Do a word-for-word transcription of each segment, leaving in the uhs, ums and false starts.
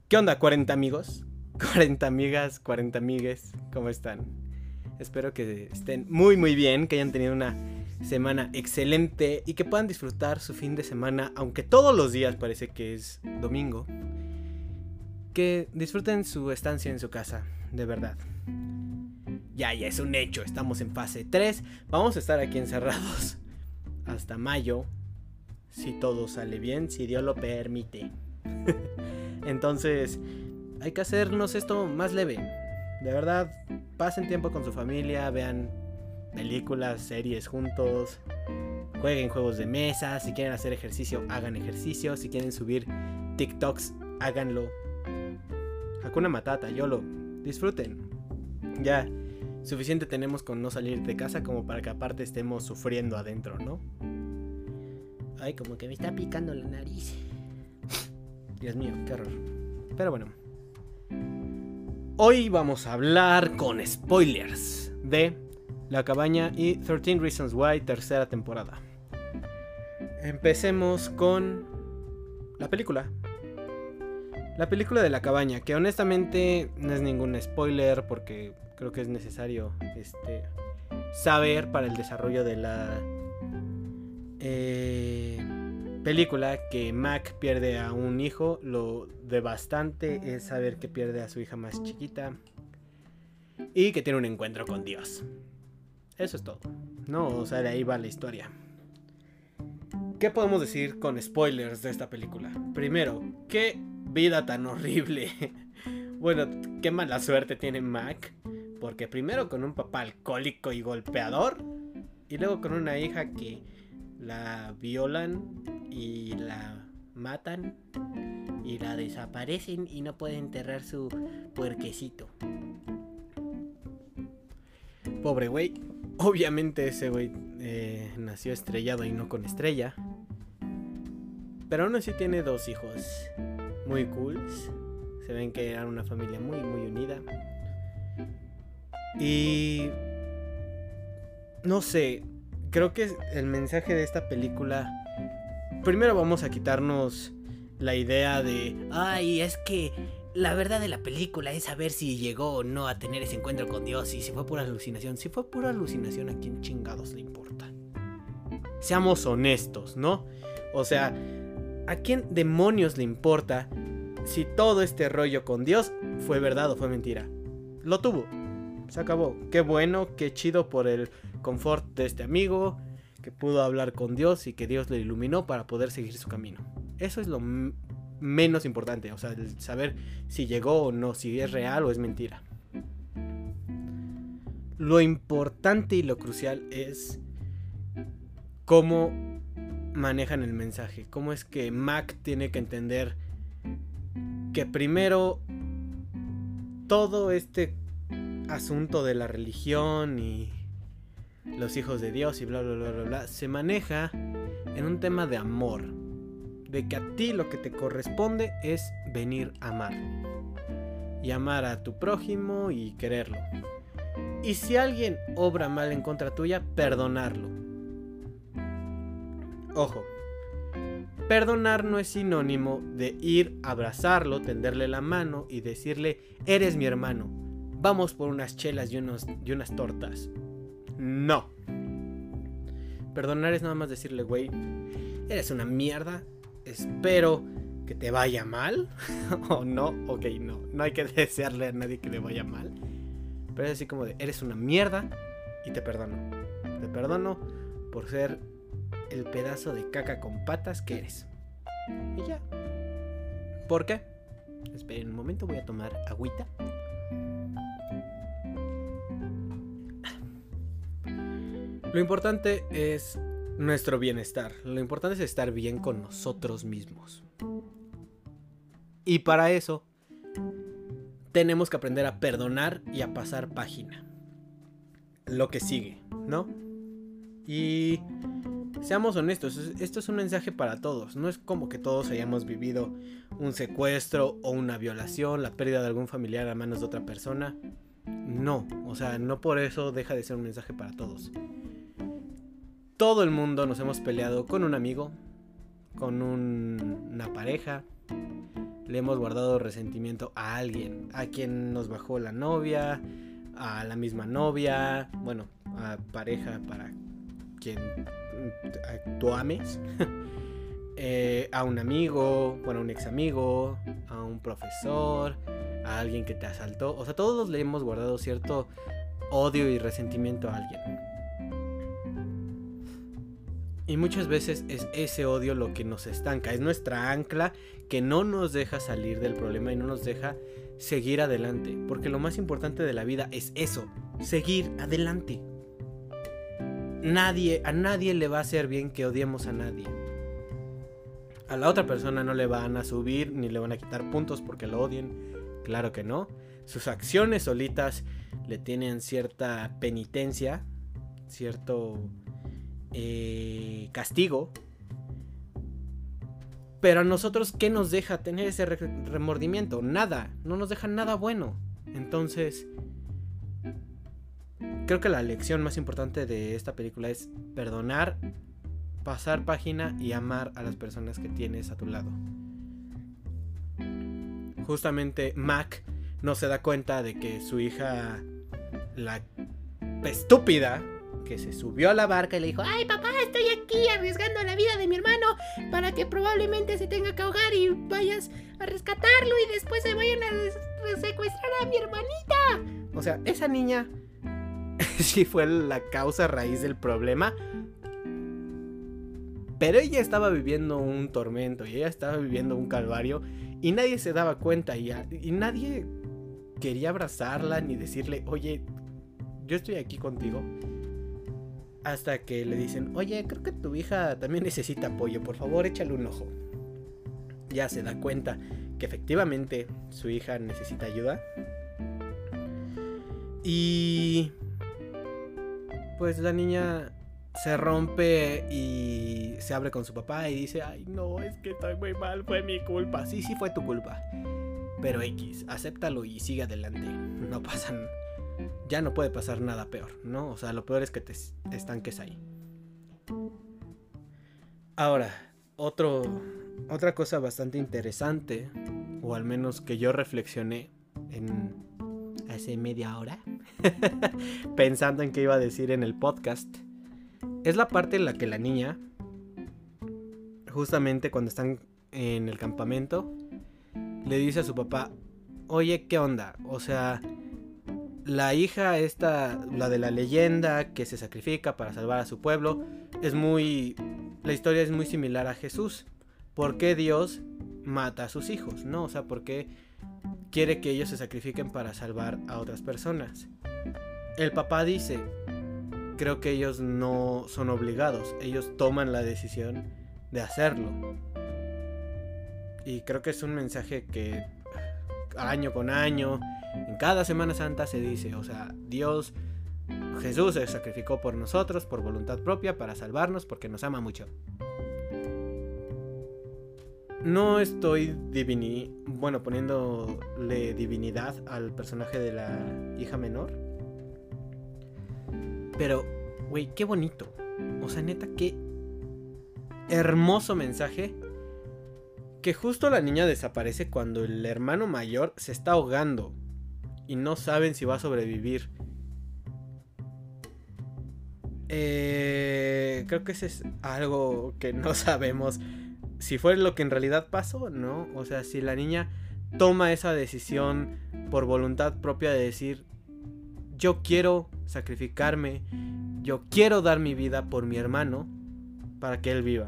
¿Qué onda, cuarenta amigos? cuarenta amigas, cuarenta amigues, ¿cómo están? Espero que estén muy muy bien, que hayan tenido una semana excelente y que puedan disfrutar su fin de semana, aunque todos los días parece que es domingo. Que disfruten su estancia en su casa, de verdad. Ya, ya es un hecho, estamos en fase tres, vamos a estar aquí encerrados hasta mayo, si todo sale bien, si Dios lo permite. Entonces, hay que hacernos esto más leve. De verdad, pasen tiempo con su familia, vean películas, series juntos, jueguen juegos de mesa, si quieren hacer ejercicio, hagan ejercicio, si quieren subir TikToks, háganlo. Hakuna Matata, YOLO, disfruten. Ya, suficiente tenemos con no salir de casa como para que aparte estemos sufriendo adentro, ¿no? Ay, como que me está picando la nariz. Dios mío, qué horror. Pero bueno, hoy vamos a hablar con spoilers de La Cabaña y thirteen Reasons Why, tercera temporada. Empecemos con la película. La película de La Cabaña, que honestamente no es ningún spoiler porque creo que es necesario este, saber para el desarrollo de la eh, película que Mac pierde a un hijo. Lo devastante es saber que pierde a su hija más chiquita y que tiene un encuentro con Dios. Eso es todo, ¿no? O sea, de ahí va la historia. ¿Qué podemos decir con spoilers de esta película? Primero, qué vida tan horrible. Bueno, qué mala suerte tiene Mac, porque primero con un papá alcohólico y golpeador, y luego con una hija que la violan y la matan y la desaparecen y no puede enterrar su puerquecito. Pobre güey. Obviamente ese güey eh, nació estrellado y no con estrella. Pero aún así tiene dos hijos muy cool. Se ven que eran una familia muy muy unida. Y no sé, creo que el mensaje de esta película, primero vamos a quitarnos la idea de ay, es que la verdad de la película es saber si llegó o no a tener ese encuentro con Dios y si fue pura alucinación. Si fue pura alucinación, ¿a quién chingados le importa? Seamos honestos, ¿no? O sea, ¿a quién demonios le importa si todo este rollo con Dios fue verdad o fue mentira? Lo tuvo, se acabó. Qué bueno, qué chido por el confort de este amigo, que pudo hablar con Dios y que Dios le iluminó para poder seguir su camino. Eso es lo m- menos importante, o sea, el saber si llegó o no, si es real o es mentira. Lo importante y lo crucial es cómo manejan el mensaje, cómo es que Mac tiene que entender que primero todo este asunto de la religión y los hijos de Dios y bla bla bla bla bla se maneja en un tema de amor, de que a ti lo que te corresponde es venir a amar y amar a tu prójimo y quererlo, y si alguien obra mal en contra tuya, perdonarlo. Ojo, perdonar no es sinónimo de ir a abrazarlo, tenderle la mano y decirle eres mi hermano, vamos por unas chelas y, unos, y unas tortas. No. Perdonar es nada más decirle güey, eres una mierda, espero que te vaya mal. O no, ok, no, no hay que desearle a nadie que le vaya mal, pero es así como de eres una mierda y te perdono. Te perdono por ser el pedazo de caca con patas que eres. Y ya. ¿Por qué? Esperen un momento, voy a tomar agüita. Lo importante es nuestro bienestar. Lo importante es estar bien con nosotros mismos. Y para eso tenemos que aprender a perdonar y a pasar página. Lo que sigue, ¿no? Y seamos honestos, esto es un mensaje para todos. No es como que todos hayamos vivido un secuestro o una violación, la pérdida de algún familiar a manos de otra persona. No, o sea, no por eso deja de ser un mensaje para todos. Todo el mundo nos hemos peleado con un amigo, con un, una pareja, le hemos guardado resentimiento a alguien, a quien nos bajó la novia, a la misma novia, bueno, a pareja para quien tú ames, eh, a un amigo, bueno, a un ex amigo, a un profesor, a alguien que te asaltó. O sea, todos le hemos guardado cierto odio y resentimiento a alguien. Y muchas veces es ese odio lo que nos estanca, es nuestra ancla que no nos deja salir del problema y no nos deja seguir adelante. Porque lo más importante de la vida es eso, seguir adelante. Nadie, a nadie le va a hacer bien que odiemos a nadie. A la otra persona no le van a subir ni le van a quitar puntos porque lo odien. Claro que no. Sus acciones solitas le tienen cierta penitencia, cierto eh, castigo. Pero a nosotros, ¿qué nos deja tener ese re- remordimiento? Nada, no nos deja nada bueno. Entonces, creo que la lección más importante de esta película es perdonar, pasar página y amar a las personas que tienes a tu lado. Justamente Mac no se da cuenta de que su hija, la estúpida, que se subió a la barca y le dijo: ¡ay, papá, estoy aquí arriesgando la vida de mi hermano para que probablemente se tenga que ahogar y vayas a rescatarlo y después se vayan a res- secuestrar a mi hermanita! O sea, esa niña sí fue la causa raíz del problema, pero ella estaba viviendo un tormento y ella estaba viviendo un calvario y nadie se daba cuenta y, a, y nadie quería abrazarla ni decirle: oye, yo estoy aquí contigo. Hasta que le dicen: oye, creo que tu hija también necesita apoyo, por favor échale un ojo. Ya se da cuenta que efectivamente su hija necesita ayuda. Y pues la niña se rompe y se abre con su papá y dice: ay, no, es que estoy muy mal, fue mi culpa. Sí, sí fue tu culpa, pero X, acéptalo y sigue adelante. No pasa nada. Ya no puede pasar nada peor, ¿no? O sea, lo peor es que te estanques ahí. Ahora, otro, otra cosa bastante interesante, o al menos que yo reflexioné en hace media hora, pensando en qué iba a decir en el podcast, es la parte en la que la niña, justamente cuando están en el campamento, le dice a su papá: oye, ¿qué onda? O sea, la hija esta, la de la leyenda que se sacrifica para salvar a su pueblo, es muy... la historia es muy similar a Jesús. ¿Por qué Dios mata a sus hijos? ¿No? O sea, ¿por qué quiere que ellos se sacrifiquen para salvar a otras personas? El papá dice: creo que ellos no son obligados, ellos toman la decisión de hacerlo. Y creo que es un mensaje que año con año, en cada Semana Santa se dice, o sea, Dios, Jesús se sacrificó por nosotros, por voluntad propia, para salvarnos, porque nos ama mucho. No estoy divini... bueno, poniéndole divinidad al personaje de la hija menor. Pero, güey, qué bonito. O sea, neta, qué hermoso mensaje. Que justo la niña desaparece cuando el hermano mayor se está ahogando y no saben si va a sobrevivir. Eh, creo que ese es algo que no sabemos si fue lo que en realidad pasó, ¿no? O sea, si la niña toma esa decisión por voluntad propia de decir: yo quiero sacrificarme, yo quiero dar mi vida por mi hermano para que él viva.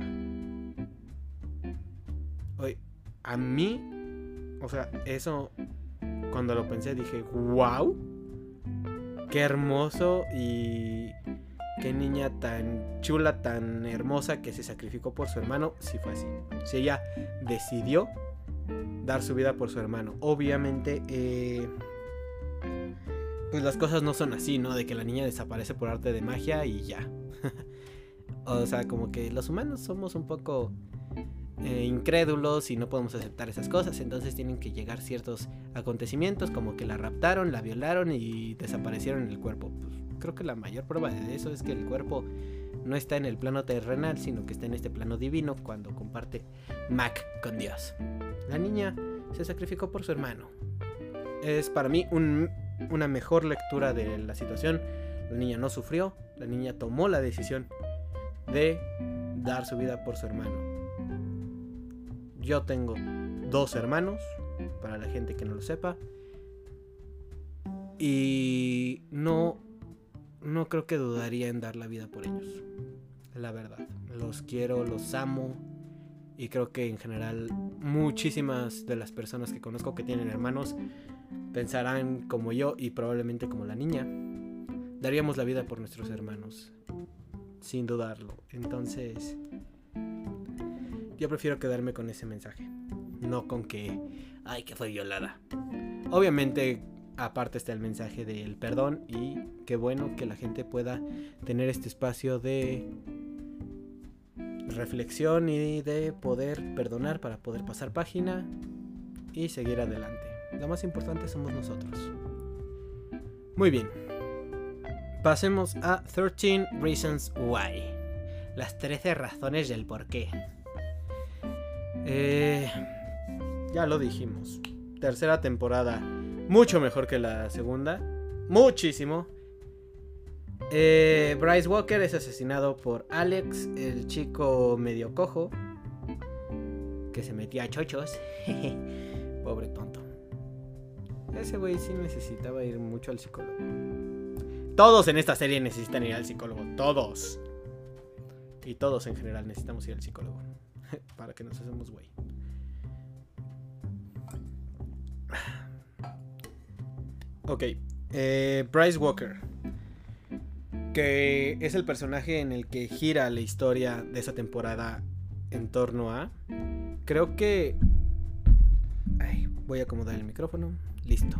Oye, a mí, o sea, eso, cuando lo pensé dije: wow, qué hermoso y qué niña tan chula, tan hermosa que se sacrificó por su hermano. Si fue así, si ella decidió dar su vida por su hermano. Obviamente, eh, pues las cosas no son así, ¿no? De que la niña desaparece por arte de magia y ya. O sea, como que los humanos somos un poco eh, incrédulos y no podemos aceptar esas cosas. Entonces tienen que llegar ciertos acontecimientos, como que la raptaron, la violaron y desaparecieron en el cuerpo. Pues creo que la mayor prueba de eso es que el cuerpo no está en el plano terrenal, sino que está en este plano divino cuando comparte Mac con Dios. La niña se sacrificó por su hermano. Es para mí un, una mejor lectura de la situación. La niña no sufrió, la niña tomó la decisión de dar su vida por su hermano. Yo tengo dos hermanos, para la gente que no lo sepa, y no, no creo que dudaría en dar la vida por ellos. La verdad, los quiero, los amo, y creo que en general muchísimas de las personas que conozco que tienen hermanos pensarán como yo y probablemente como la niña. Daríamos la vida por nuestros hermanos, sin dudarlo. Entonces, yo prefiero quedarme con ese mensaje, no con que, ay, que fue violada. Obviamente, aparte está el mensaje del perdón, y qué bueno que la gente pueda tener este espacio de reflexión y de poder perdonar para poder pasar página y seguir adelante. Lo más importante somos nosotros. Muy bien. Pasemos a thirteen Reasons Why. Las trece razones del por qué. Eh, ya lo dijimos. Tercera temporada. Mucho mejor que la segunda. Muchísimo. Eh, Bryce Walker es asesinado por Alex, el chico medio cojo que se metía a chochos. Pobre tonto. Ese güey sí necesitaba ir mucho al psicólogo. Todos en esta serie necesitan ir al psicólogo. Todos. Y todos en general necesitamos ir al psicólogo. Para que nos hacemos güey. Ok. Eh, Bryce Walker. Que es el personaje en el que gira la historia de esa temporada en torno a... Creo que... Ay, voy a acomodar el micrófono. Listo.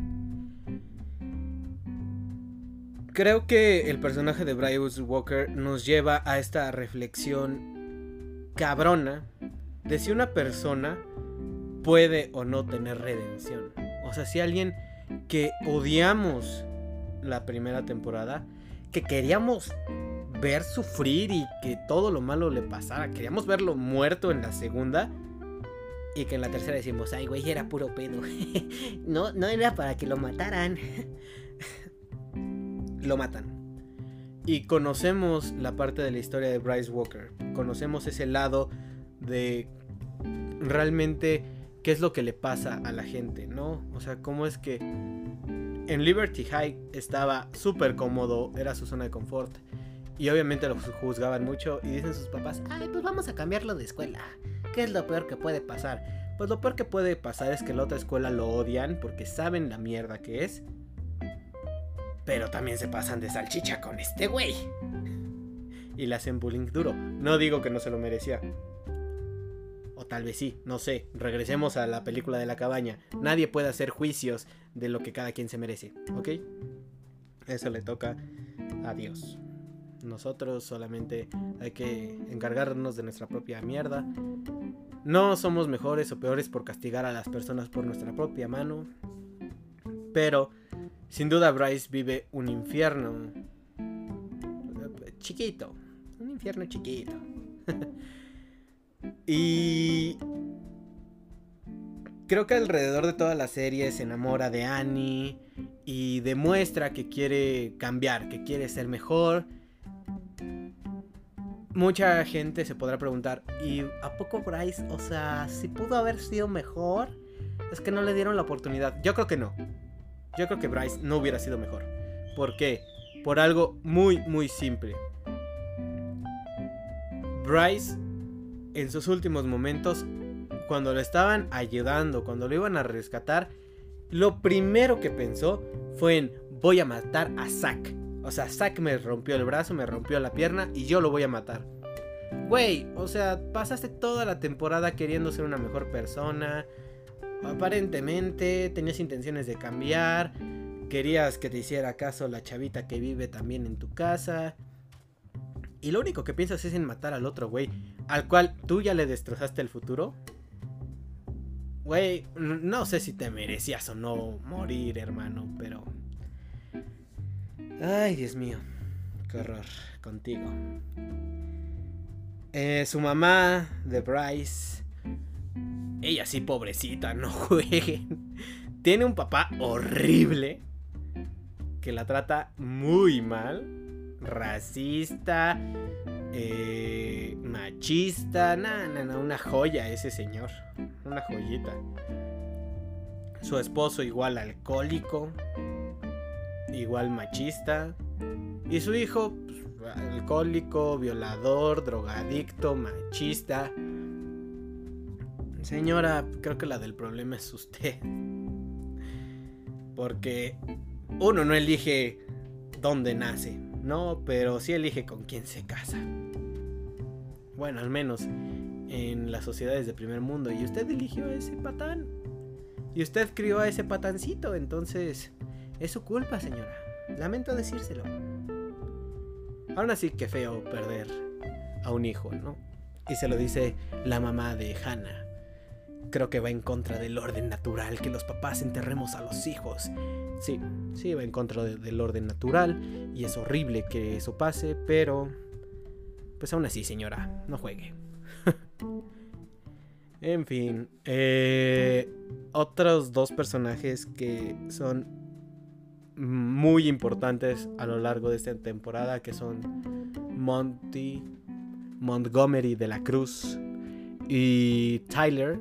Creo que el personaje de Bryce Walker nos lleva a esta reflexión cabrona de si una persona puede o no tener redención. O sea, si alguien que odiamos la primera temporada, que queríamos ver sufrir y que todo lo malo le pasara, queríamos verlo muerto en la segunda, y que en la tercera decimos, ay güey, era puro pedo. no, no era para que lo mataran. Lo matan. Y conocemos la parte de la historia de Bryce Walker. Conocemos ese lado de realmente qué es lo que le pasa a la gente, ¿no? O sea, cómo es que en Liberty High estaba súper cómodo, era su zona de confort. Y obviamente lo juzgaban mucho. Y dicen sus papás, ay, pues vamos a cambiarlo de escuela. ¿Qué es lo peor que puede pasar? Pues lo peor que puede pasar es que la otra escuela lo odian porque saben la mierda que es. Pero también se pasan de salchicha con este güey. Y le hacen bullying duro. No digo que no se lo merecía. O tal vez sí, no sé. Regresemos a la película de la cabaña. Nadie puede hacer juicios de lo que cada quien se merece, ¿ok? Eso le toca a Dios. Nosotros solamente hay que encargarnos de nuestra propia mierda. No somos mejores o peores por castigar a las personas por nuestra propia mano. Pero sin duda Bryce vive un infierno chiquito. Un infierno chiquito. Y creo que alrededor de toda la serie se enamora de Annie y demuestra que quiere cambiar, que quiere ser mejor. Mucha gente se podrá preguntar, ¿y a poco Bryce, o sea, si pudo haber sido mejor? Es que no le dieron la oportunidad. Yo creo que no. Yo creo que Bryce no hubiera sido mejor. ¿Por qué? Por algo muy, muy simple. Bryce, en sus últimos momentos, cuando lo estaban ayudando, cuando lo iban a rescatar, lo primero que pensó fue en, voy a matar a Zack. O sea, Zack me rompió el brazo, me rompió la pierna y yo lo voy a matar. Güey, o sea, pasaste toda la temporada queriendo ser una mejor persona. Aparentemente tenías intenciones de cambiar. Querías que te hiciera caso la chavita que vive también en tu casa. Y lo único que piensas es en matar al otro güey, al cual tú ya le destrozaste el futuro. Güey, no sé si te merecías o no morir, hermano, pero... Ay, Dios mío, qué horror contigo. Eh, su mamá de Bryce ella sí, pobrecita, no jueguen. Tiene un papá horrible que la trata muy mal, racista, eh, machista, nada, nada, na, una joya ese señor, una joyita. Su esposo igual alcohólico, igual machista, y su hijo pues, alcohólico, violador, drogadicto, machista. Señora, creo que la del problema es usted. Porque uno no elige dónde nace, no, pero sí elige con quién se casa. Bueno, al menos en las sociedades de primer mundo. Y usted eligió a ese patán. Y usted crió a ese patancito. Entonces, es su culpa, señora. Lamento decírselo. Aún así, que feo perder a un hijo, ¿no? Y se lo dice la mamá de Hannah. Creo que va en contra del orden natural que los papás enterremos a los hijos. Sí, sí va en contra de, del orden natural. Y es horrible que eso pase, pero... pues aún así, señora, no juegue. En fin. Eh, otros dos personajes que son muy importantes a lo largo de esta temporada, que son Monty Montgomery de la Cruz y Tyler.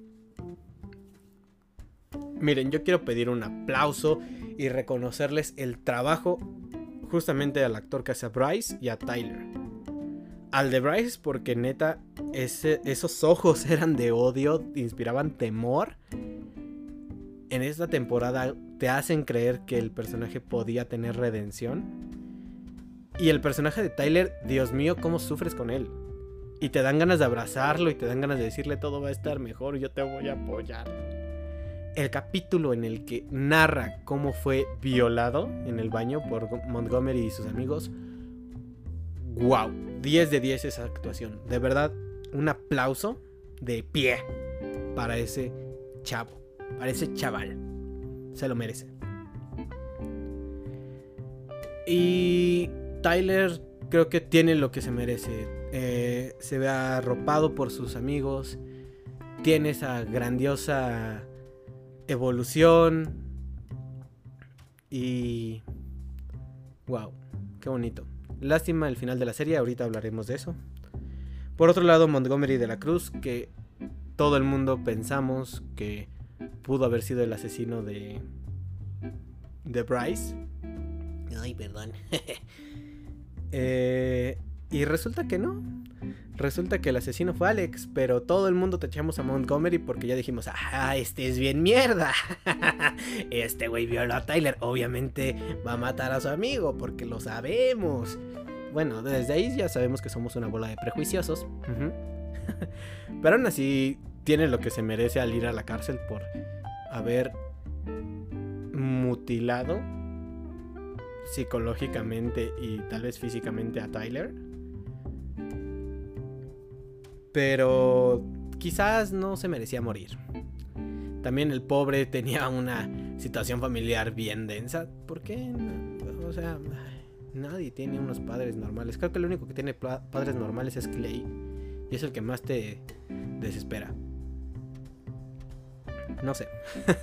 Miren, yo quiero pedir un aplauso y reconocerles el trabajo justamente al actor que hace a Bryce y a Tyler. Al de Bryce porque neta ese, esos ojos eran de odio, inspiraban temor. En esta temporada te hacen creer que el personaje podía tener redención. Y el personaje de Tyler, Dios mío, cómo sufres con él. Y te dan ganas de abrazarlo y te dan ganas de decirle todo va a estar mejor, yo te voy a apoyar. El capítulo en el que narra cómo fue violado en el baño por Montgomery y sus amigos. Wow, diez de diez esa actuación. De verdad, un aplauso de pie para ese chavo, para ese chaval. Se lo merece. Y Tyler creo que tiene lo que se merece. Eh, se ve arropado por sus amigos. Tiene esa grandiosa evolución. Y... wow, qué bonito. Lástima el final de la serie, ahorita hablaremos de eso. Por otro lado, Montgomery de la Cruz, que todo el mundo pensamos que pudo haber sido el asesino de de Bryce. Ay, perdón. eh, y resulta que no. Resulta que el asesino fue Alex, pero todo el mundo tachamos a Montgomery porque ya dijimos, ah, este es bien mierda. Este güey violó a Tyler, obviamente va a matar a su amigo porque lo sabemos. Bueno, desde ahí ya sabemos que somos una bola de prejuiciosos. Uh-huh. Pero aún así tiene lo que se merece al ir a la cárcel por haber mutilado psicológicamente y tal vez físicamente a Tyler. Pero quizás no se merecía morir. También el pobre tenía una situación familiar bien densa. ¿Por qué? O sea, nadie tiene unos padres normales. Creo que el único que tiene padres normales es Clay. Y es el que más te desespera. No sé.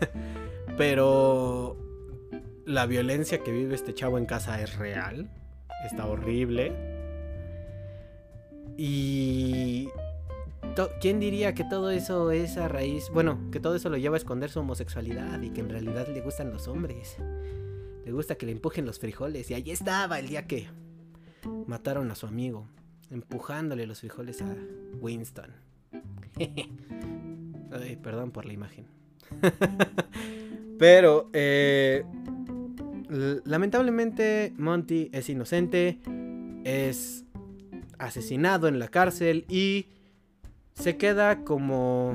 Pero la violencia que vive este chavo en casa es real. Está horrible. Y... ¿quién diría que todo eso es a raíz... bueno, que todo eso lo lleva a esconder su homosexualidad y que en realidad le gustan los hombres? Le gusta que le empujen los frijoles. Y ahí estaba el día que mataron a su amigo, empujándole los frijoles a Winston. Ay, perdón por la imagen. Pero, eh, lamentablemente, Monty es inocente, es asesinado en la cárcel y se queda como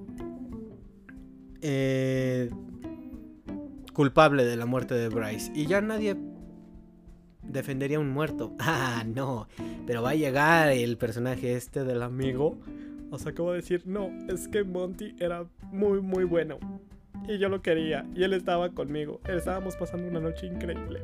eh, culpable de la muerte de Bryce. Y ya nadie defendería a un muerto. Ah, no. Pero va a llegar el personaje este del amigo. Os acabo de decir, no, es que Monty era muy, muy bueno. Y yo lo quería. Y él estaba conmigo. Estábamos pasando una noche increíble.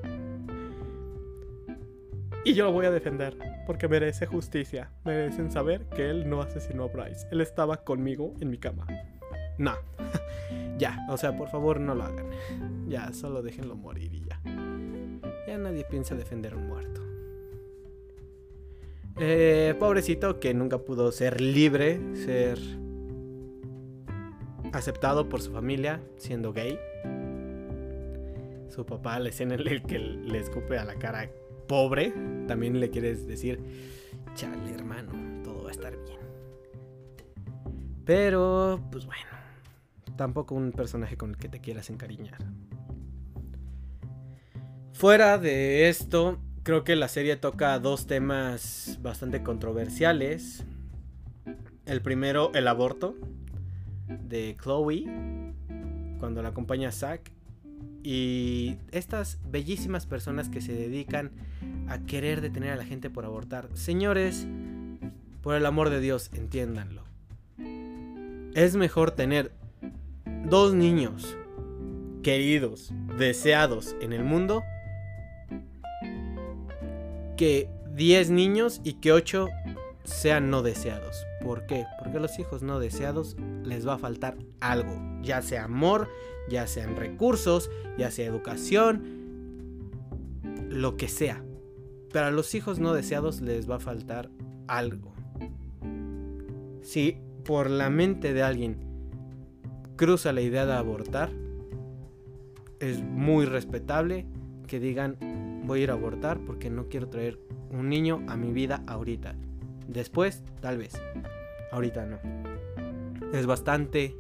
Y yo lo voy a defender, porque merece justicia. Merecen saber que él no asesinó a Bryce. Él estaba conmigo en mi cama. No. Ya, o sea, por favor no lo hagan. Ya, solo déjenlo morir y ya. Ya nadie piensa defender a un muerto. Eh, pobrecito que nunca pudo ser libre, ser aceptado por su familia siendo gay. Su papá, la escena en la que le escupe a la cara pobre, también le quieres decir, chale hermano, todo va a estar bien. Pero, pues bueno, tampoco un personaje con el que te quieras encariñar. Fuera de esto, creo que la serie toca dos temas bastante controversiales. El primero, el aborto de Chloe, cuando la acompaña Zack. Y estas bellísimas personas que se dedican a querer detener a la gente por abortar. Señores, por el amor de Dios, entiéndanlo. Es mejor tener dos niños queridos, deseados en el mundo, que diez niños y que ocho sean no deseados. ¿Por qué? Porque a los hijos no deseados les va a faltar algo, ya sea amor, ya sean recursos, ya sea educación, lo que sea. Pero a los hijos no deseados les va a faltar algo. Si por la mente de alguien cruza la idea de abortar, es muy respetable que digan, voy a ir a abortar porque no quiero traer un niño a mi vida ahorita. Después, tal vez. Ahorita no. Es bastante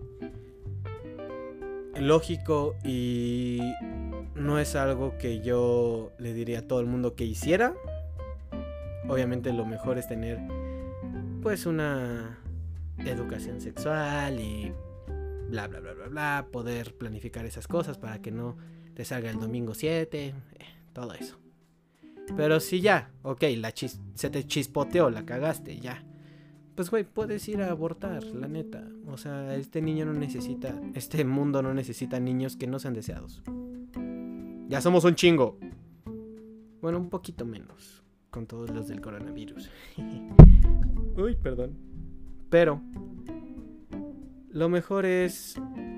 lógico y no es algo que yo le diría a todo el mundo que hiciera. Obviamente lo mejor es tener pues una educación sexual y bla bla bla bla bla, poder planificar esas cosas para que no te salga el domingo siete, eh, todo eso. Pero si ya, ok, la chis- se te chispoteó, la cagaste, ya. Pues güey, puedes ir a abortar, la neta. O sea, este niño no necesita, este mundo no necesita niños que no sean deseados. Ya somos un chingo. Bueno, un poquito menos, con todos los del coronavirus. Uy, perdón. Pero lo mejor es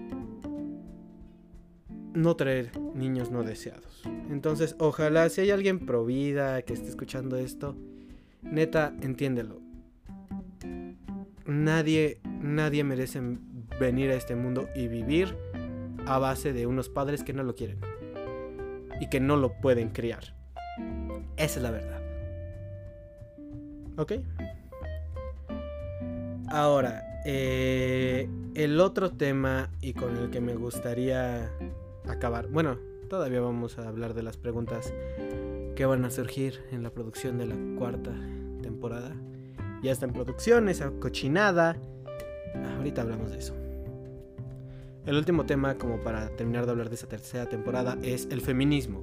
no traer niños no deseados. Entonces, ojalá si hay alguien pro vida que esté escuchando esto, neta, entiéndelo. Nadie, nadie merece venir a este mundo y vivir a base de unos padres que no lo quieren y que no lo pueden criar. Esa es la verdad. ¿Ok? Ahora, eh, el otro tema y con el que me gustaría acabar. Bueno, todavía vamos a hablar de las preguntas que van a surgir en la producción de la cuarta temporada. Ya está en producción esa cochinada. Ahorita hablamos de eso. El último tema, como para terminar de hablar de esa tercera temporada, es el feminismo.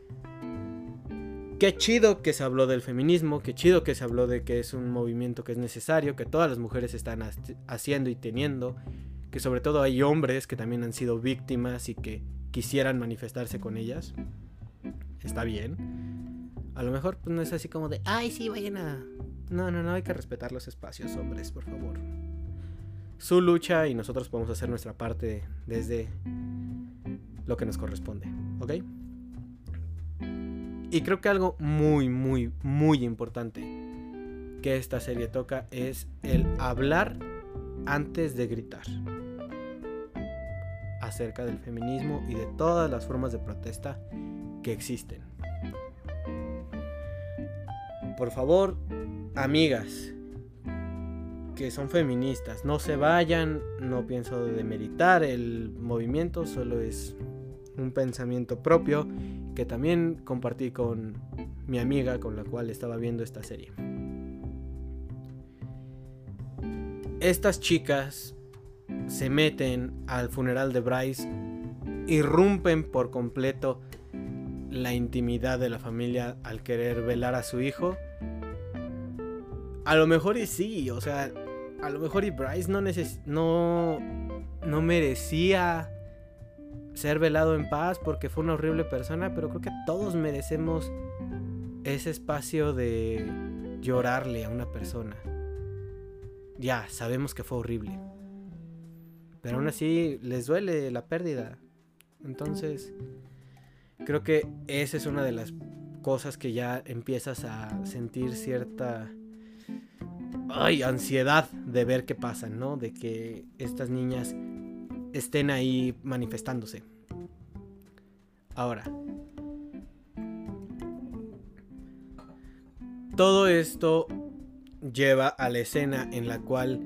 Qué chido que se habló del feminismo, qué chido que se habló de que es un movimiento que es necesario, que todas las mujeres están haciendo y teniendo, que sobre todo hay hombres que también han sido víctimas y que quisieran manifestarse con ellas. Está bien. A lo mejor pues, no es así como de, ay, sí, vayan a... No, no, no, hay que respetar los espacios, hombres, por favor. Su lucha y nosotros podemos hacer nuestra parte desde lo que nos corresponde, ¿ok? Y creo que algo muy, muy, muy importante que esta serie toca es el hablar antes de gritar acerca del feminismo y de todas las formas de protesta que existen. Por favor, amigas que son feministas, no se vayan, no pienso demeritar el movimiento, solo es un pensamiento propio que también compartí con mi amiga con la cual estaba viendo esta serie. Estas chicas se meten al funeral de Bryce, irrumpen por completo la intimidad de la familia al querer velar a su hijo. A lo mejor y sí, o sea, a lo mejor y Bryce no neces- no, no merecía ser velado en paz porque fue una horrible persona, pero creo que todos merecemos ese espacio de llorarle a una persona. Ya, sabemos que fue horrible, pero aún así les duele la pérdida. Entonces, creo que esa es una de las cosas que ya empiezas a sentir cierta ay, ansiedad de ver qué pasa, ¿no? De que estas niñas estén ahí manifestándose. Ahora, todo esto lleva a la escena en la cual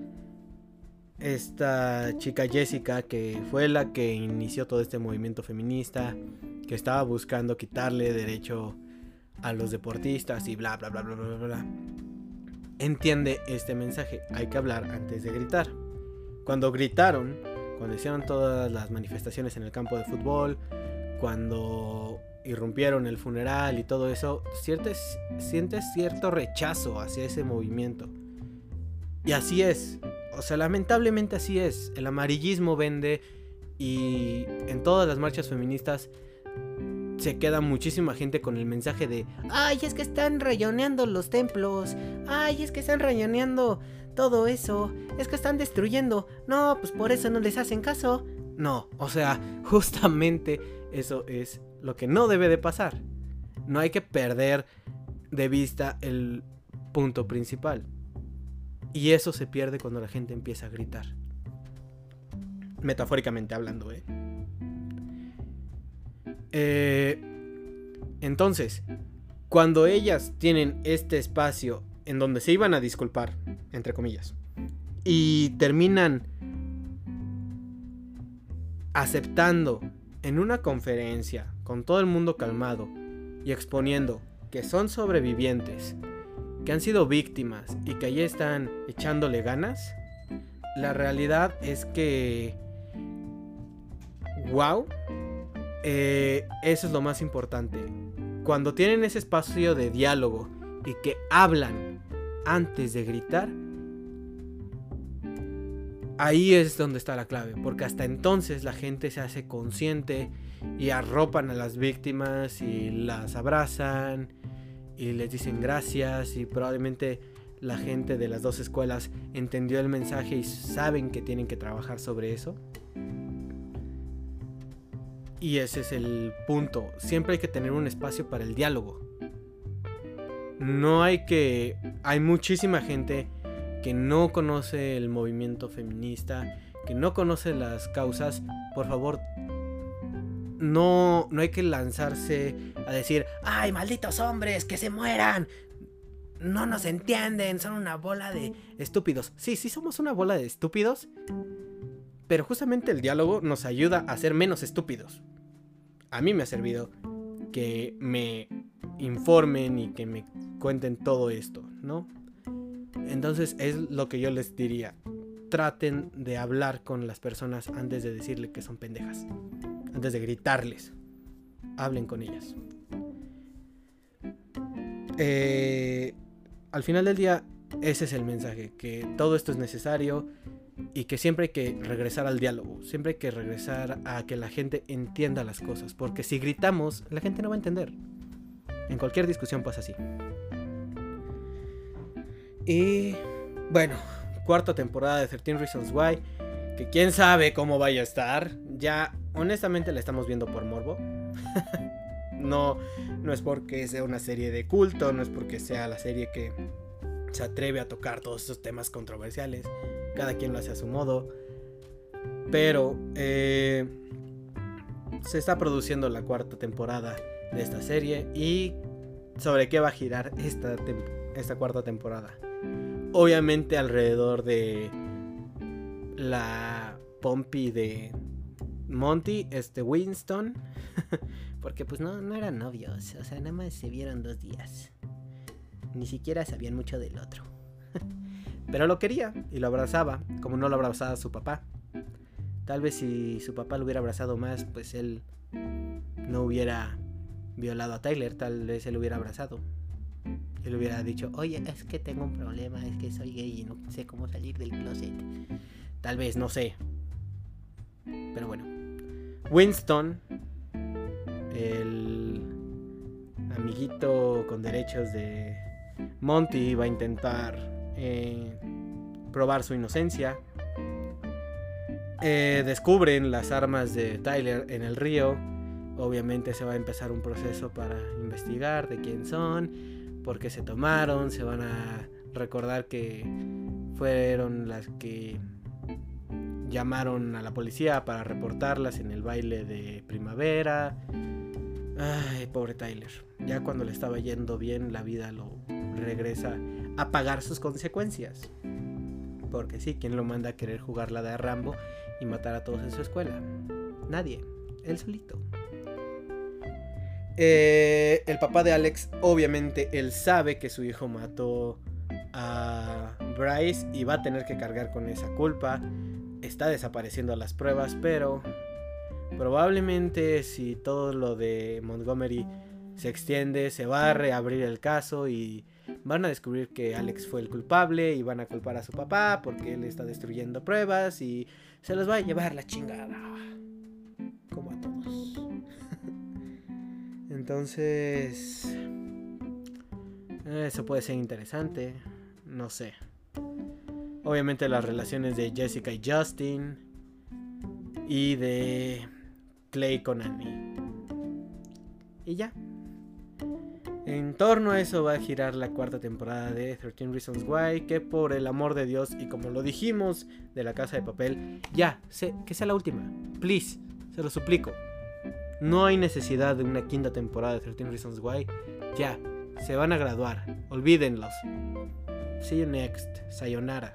esta chica Jessica, que fue la que inició todo este movimiento feminista, que estaba buscando quitarle derecho a los deportistas y bla bla bla bla bla bla, entiende este mensaje: hay que hablar antes de gritar. Cuando gritaron, cuando hicieron todas las manifestaciones en el campo de fútbol, cuando irrumpieron el funeral y todo eso, sientes, sientes cierto rechazo hacia ese movimiento. Y así es, o sea, lamentablemente así es. El amarillismo vende, y en todas las marchas feministas se queda muchísima gente con el mensaje de: ay, es que están rayoneando los templos, ay, es que están rayoneando todo eso, es que están destruyendo, no, pues por eso no les hacen caso. No, o sea, justamente eso es lo que no debe de pasar. No hay que perder de vista el punto principal, y eso se pierde cuando la gente empieza a gritar, metafóricamente hablando, ¿eh? Eh, entonces, cuando ellas tienen este espacio en donde se iban a disculpar, entre comillas, y terminan aceptando en una conferencia con todo el mundo calmado y exponiendo que son sobrevivientes, que han sido víctimas y que allí están echándole ganas, la realidad es que wow. Eh, eso es lo más importante. Cuando tienen ese espacio de diálogo y que hablan antes de gritar, ahí es donde está la clave, porque hasta entonces la gente se hace consciente y arropan a las víctimas y las abrazan y les dicen gracias, y probablemente la gente de las dos escuelas entendió el mensaje y saben que tienen que trabajar sobre eso. Y ese es el punto. Siempre hay que tener un espacio para el diálogo. No hay que... Hay muchísima gente que no conoce el movimiento feminista, que no conoce las causas. Por favor, no, no hay que lanzarse a decir: ¡ay, malditos hombres, que se mueran! No nos entienden, son una bola de estúpidos. Sí, sí somos una bola de estúpidos, pero justamente el diálogo nos ayuda a ser menos estúpidos. A mí me ha servido que me informen y que me cuenten todo esto, ¿no? Entonces es lo que yo les diría: traten de hablar con las personas antes de decirle que son pendejas, antes de gritarles. Hablen con ellas. Eh, al final del día, ese es el mensaje: que todo esto es necesario y que siempre hay que regresar al diálogo, siempre hay que regresar a que la gente entienda las cosas, porque si gritamos, la gente no va a entender. En cualquier discusión pasa así. Y bueno, cuarta temporada de trece Reasons Why, que quién sabe cómo vaya a estar. Ya honestamente la estamos viendo por morbo. No, no es porque sea una serie de culto, no es porque sea la serie que se atreve a tocar todos esos temas controversiales. Cada quien lo hace a su modo. Pero eh, se está produciendo la cuarta temporada de esta serie. ¿Y sobre qué va a girar esta, tem- esta cuarta temporada? Obviamente alrededor de la Pompi de Monty, este Winston. Porque pues no, no eran novios. O sea, nada más se vieron dos días. Ni siquiera sabían mucho del otro. Pero lo quería y lo abrazaba, como no lo abrazaba su papá. Tal vez si su papá lo hubiera abrazado más, pues él no hubiera violado a Tyler. Tal vez él lo hubiera abrazado. Él hubiera dicho: oye, es que tengo un problema, es que soy gay y no sé cómo salir del closet. Tal vez, no sé. Pero bueno, Winston, el amiguito con derechos de Monty, va a intentar eh, probar su inocencia. Eh, descubren las armas de Tyler en el río. Obviamente se va a empezar un proceso para investigar de quién son, por qué se tomaron. Se van a recordar que fueron las que llamaron a la policía para reportarlas en el baile de primavera. Ay, pobre Tyler. Ya cuando le estaba yendo bien, la vida lo regresa a pagar sus consecuencias. Porque sí, ¿quién lo manda a querer jugar la de Rambo y matar a todos en su escuela? Nadie, él solito. Eh, el papá de Alex, obviamente, él sabe que su hijo mató a Bryce y va a tener que cargar con esa culpa. Está desapareciendo las pruebas, pero probablemente si todo lo de Montgomery se extiende, se va a reabrir el caso y van a descubrir que Alex fue el culpable y van a culpar a su papá porque él está destruyendo pruebas y se los va a llevar la chingada, como a todos. Entonces, eso puede ser interesante, no sé. Obviamente las relaciones de Jessica y Justin y de Clay con Annie. Y ya. En torno a eso va a girar la cuarta temporada de trece Reasons Why, que por el amor de Dios y como lo dijimos de La Casa de Papel, ya, sé, que sea la última, please, se lo suplico. No hay necesidad de una quinta temporada de trece Reasons Why, ya, se van a graduar, olvídenlos. See you next, sayonara.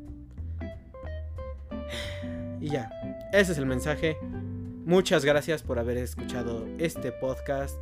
Y ya, ese es el mensaje. Muchas gracias por haber escuchado este podcast.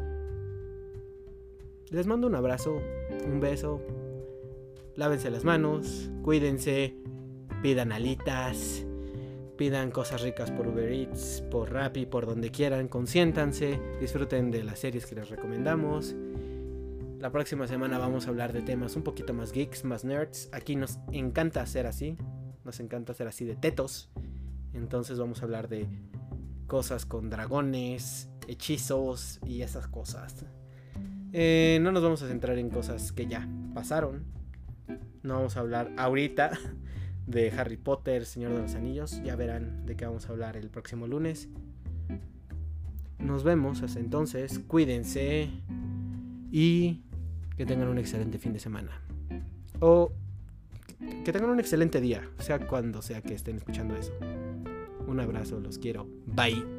Les mando un abrazo, un beso. Lávense las manos, cuídense, pidan alitas, pidan cosas ricas por Uber Eats, por Rappi, por donde quieran, consiéntanse, disfruten de las series que les recomendamos. La próxima semana vamos a hablar de temas un poquito más geeks, más nerds. Aquí nos encanta hacer así, nos encanta hacer así de tetos. Entonces vamos a hablar de cosas con dragones, hechizos y esas cosas. Eh, no nos vamos a centrar en cosas que ya pasaron. No vamos a hablar ahorita de Harry Potter, Señor de los Anillos. Ya verán de qué vamos a hablar el próximo lunes. Nos vemos hasta entonces. Cuídense y que tengan un excelente fin de semana. O que tengan un excelente día, sea cuando sea que estén escuchando eso. Un abrazo, los quiero. Bye.